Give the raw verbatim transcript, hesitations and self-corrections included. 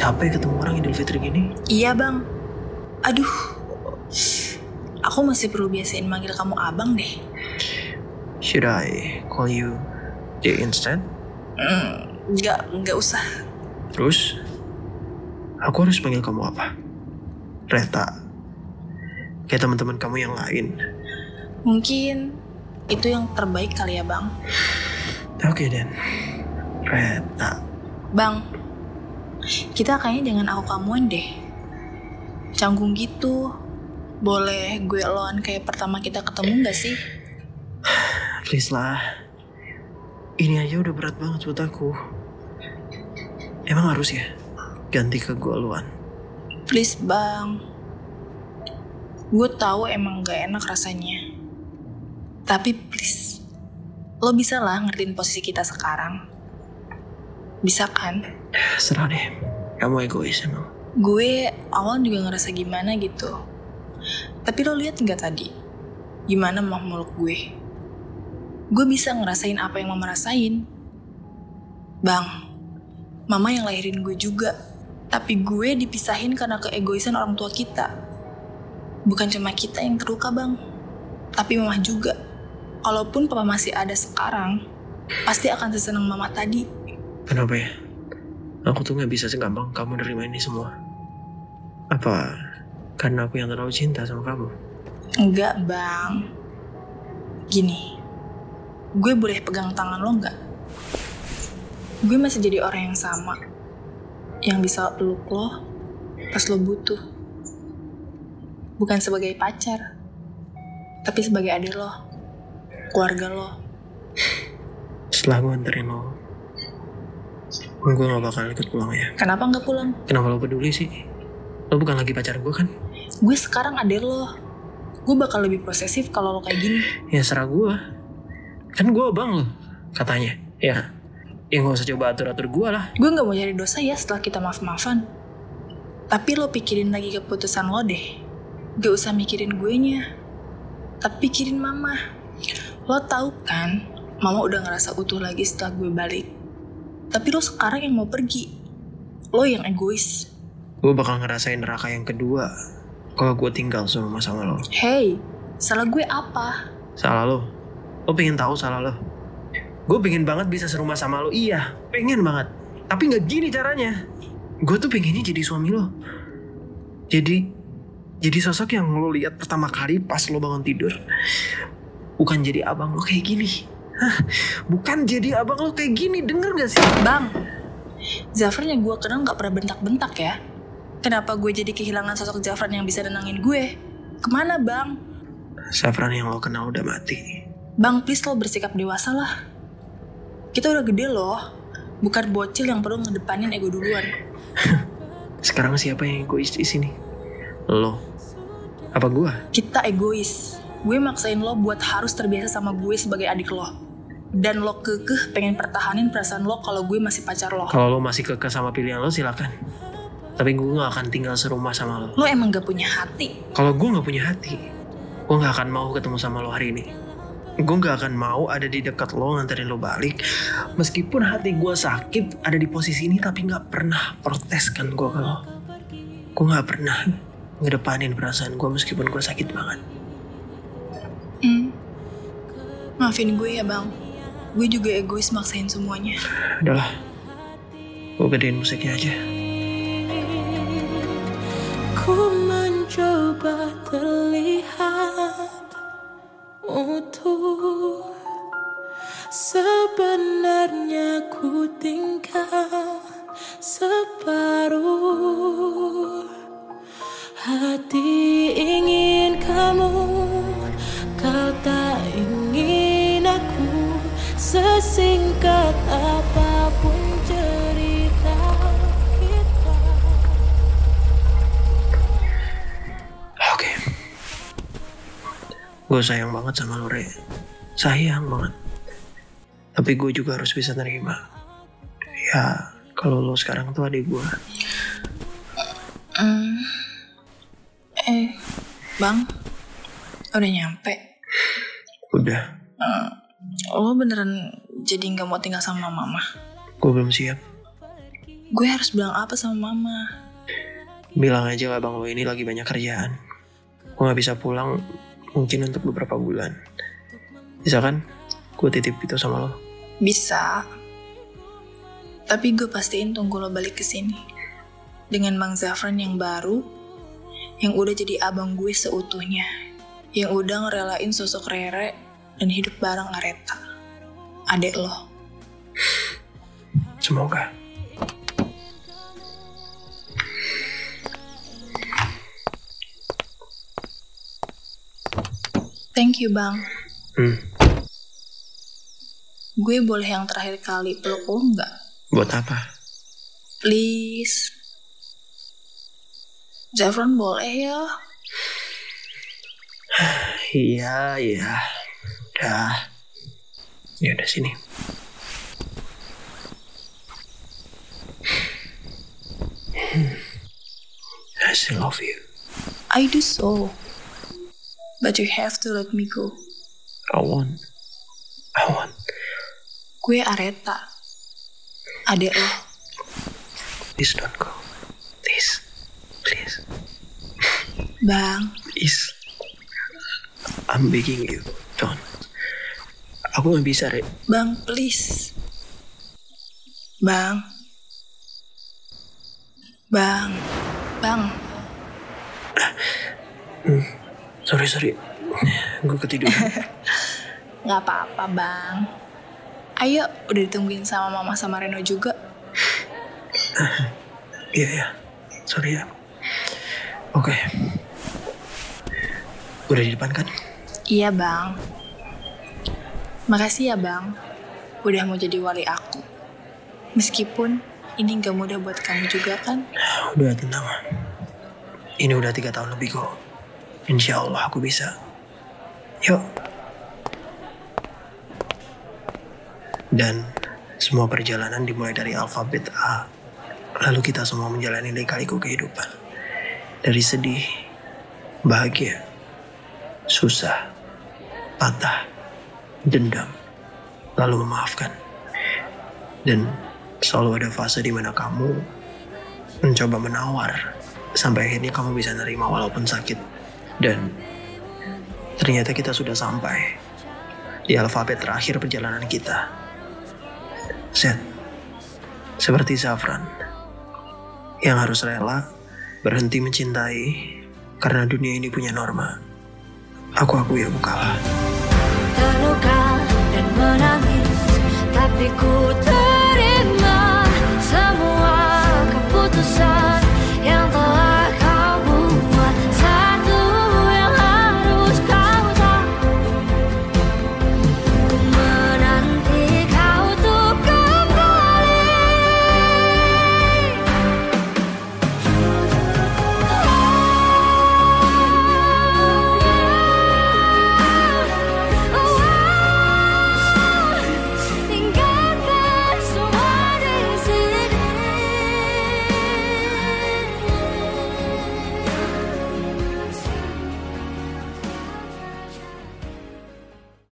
Capek ketemu orang Idul Fitri gini? Iya bang. Aduh, aku masih perlu biasain manggil kamu abang deh. Should I call you J instead? Hmm, Nggak, nggak usah. Terus, aku harus panggil kamu apa? Reta? Kayak teman-teman kamu yang lain? Mungkin itu yang terbaik kali ya bang. Oke Dan, Reta. Bang, kita kayaknya jangan aku kamuan deh. Canggung gitu. Boleh gue eloan kayak pertama kita ketemu gak sih? Please lah. Ini aja udah berat banget buat aku. Emang harus ya ganti ke gue eloan? Please bang. Gue tahu emang gak enak rasanya. Tapi please, lo bisa lah ngertiin posisi kita sekarang. Bisa kan? Serah deh, kamu egois emang. Gue awal juga ngerasa gimana gitu. Tapi lo lihat nggak tadi? Gimana mah meluk gue? Gue bisa ngerasain apa yang mama rasain. Bang, mama yang lahirin gue juga. Tapi gue dipisahin karena keegoisan orang tua kita. Bukan cuma kita yang terluka bang, tapi mama juga. Kalaupun papa masih ada sekarang, pasti akan sesenang mama tadi. Kenapa ya? Aku tuh gak bisa segampang kamu nerima ini semua. Apa karena aku yang terlalu cinta sama kamu? Enggak bang. Gini, gue boleh pegang tangan lo gak? Gue masih jadi orang yang sama, yang bisa peluk lo pas lo butuh. Bukan sebagai pacar, tapi sebagai adik lo, keluarga lo. Setelah gue anterin lo, gue gak bakal ikut pulang ya. Kenapa gak pulang? Kenapa lo peduli sih? Lo bukan lagi pacar gue kan? Gue sekarang adik lo. Gue bakal lebih posesif kalau lo kayak gini. Ya serah gue. Kan gue abang lo, katanya. Ya, ya gak usah coba atur-atur gue lah. Gue gak mau cari dosa ya setelah kita maaf-maafan. Tapi lo pikirin lagi keputusan lo deh. Gak usah mikirin gue nya, tapi pikirin mama. Lo tahu kan, mama udah ngerasa utuh lagi setelah gue balik. Tapi lo sekarang yang mau pergi. Lo yang egois. Gue bakal ngerasain neraka yang kedua kalau gue tinggal sama sama lo. Hey, salah gue apa? Salah lo. Lo pengen tahu salah lo? Gue pengen banget bisa serumah sama lo. Iya, pengen banget. Tapi gak gini caranya. Gue tuh pengennya jadi suami lo. Jadi Jadi sosok yang lo lihat pertama kali pas lo bangun tidur. Bukan jadi abang lo kayak gini. Hah, bukan jadi abang lo kayak gini. Denger gak sih? Bang, Zafran yang gue kenal gak pernah bentak-bentak ya. Kenapa gue jadi kehilangan sosok Zafran yang bisa nenangin gue? Kemana bang? Zafran yang lo kenal udah mati. Bang, please lo bersikap dewasa lah. Kita udah gede loh. Bukan bocil yang perlu ngedepanin ego duluan. Sekarang siapa yang egois di sini? Lo? Apa gue? Kita egois. Gue maksain lo buat harus terbiasa sama gue sebagai adik lo. Dan lo kekeh pengen pertahanin perasaan lo kalau gue masih pacar lo. Kalau lo masih kekeh sama pilihan lo silakan. Tapi gue gak akan tinggal serumah sama lo. Lo emang gak punya hati. Kalau gue gak punya hati, gue gak akan mau ketemu sama lo hari ini. Gue gak akan mau ada di dekat lo nganterin lo balik. Meskipun hati gue sakit ada di posisi ini, tapi gak pernah protes kan gue ke lo. Gue gak pernah ngedepanin perasaan gue meskipun gue sakit banget. Hmm. Maafin gue ya bang. Gue juga egois maksain semuanya. Udahlah, gue gedein musiknya aja. Ku mencoba terlihat utuh, sebenarnya ku tinggal separuh. Hati ingin kamu, kau tak ingin aku. Sesingkat apapun cerita kita. Oke, gue sayang banget sama lo, Re. Sayang banget. Tapi gue juga harus bisa nerima. Ya, kalau lo sekarang tuh adik gue. Hmm. Eh, bang, udah nyampe. Udah. Hmm. Lo beneran jadi nggak mau tinggal sama mama? Gue belum siap. Gue harus bilang apa sama mama? Bilang aja abang lo ini lagi banyak kerjaan. Gue gak bisa pulang mungkin untuk beberapa bulan. Bisa kan? Gue titip itu sama lo. Bisa. Tapi gue pastiin tunggu lo balik ke sini. Dengan Bang Zafran yang baru, yang udah jadi abang gue seutuhnya. Yang udah ngerelain sosok Rere dan hidup bareng Areta. Adek lo. Semoga. Thank you, Bang. Hmm. Gue boleh yang terakhir kali peluk lo nggak? Buat apa? Please. Zafran boleh ya? Iya, iya. Udah. Ya udah sini. I still love you. I do so. But you have to let me go. I want. I want. Gue Areta. Adek lo. Please don't go. Please. Please. Bang. Please. I'm begging you. Don't. Aku gak bisa, Re. Bang, please. Bang. Bang. Bang. Hmm. Sorry, sorry. Gue ketiduran. Gak apa-apa, Bang. Ayo, udah ditungguin sama Mama sama Reno juga. Iya, iya. Sorry ya. Oke. Udah di depan kan? Iya, Bang. Makasih ya, Bang. Udah mau jadi wali aku. Meskipun ini gak mudah buat kamu juga kan? Udah tenang. Ini udah tiga tahun lebih kok. Insya Allah aku bisa. Yuk. Dan semua perjalanan dimulai dari alfabet A. Lalu kita semua menjalani lika-liku kehidupan. Dari sedih, bahagia, susah, patah, dendam, lalu memaafkan. Dan selalu ada fase di mana kamu mencoba menawar sampai akhirnya kamu bisa nerima walaupun sakit. Dan ternyata kita sudah sampai di alfabet terakhir perjalanan kita. Z, seperti Zafran yang harus rela berhenti mencintai karena dunia ini punya norma. Aku akui aku kalah. Terluka dan menangis, tapi ku terima semua keputusan.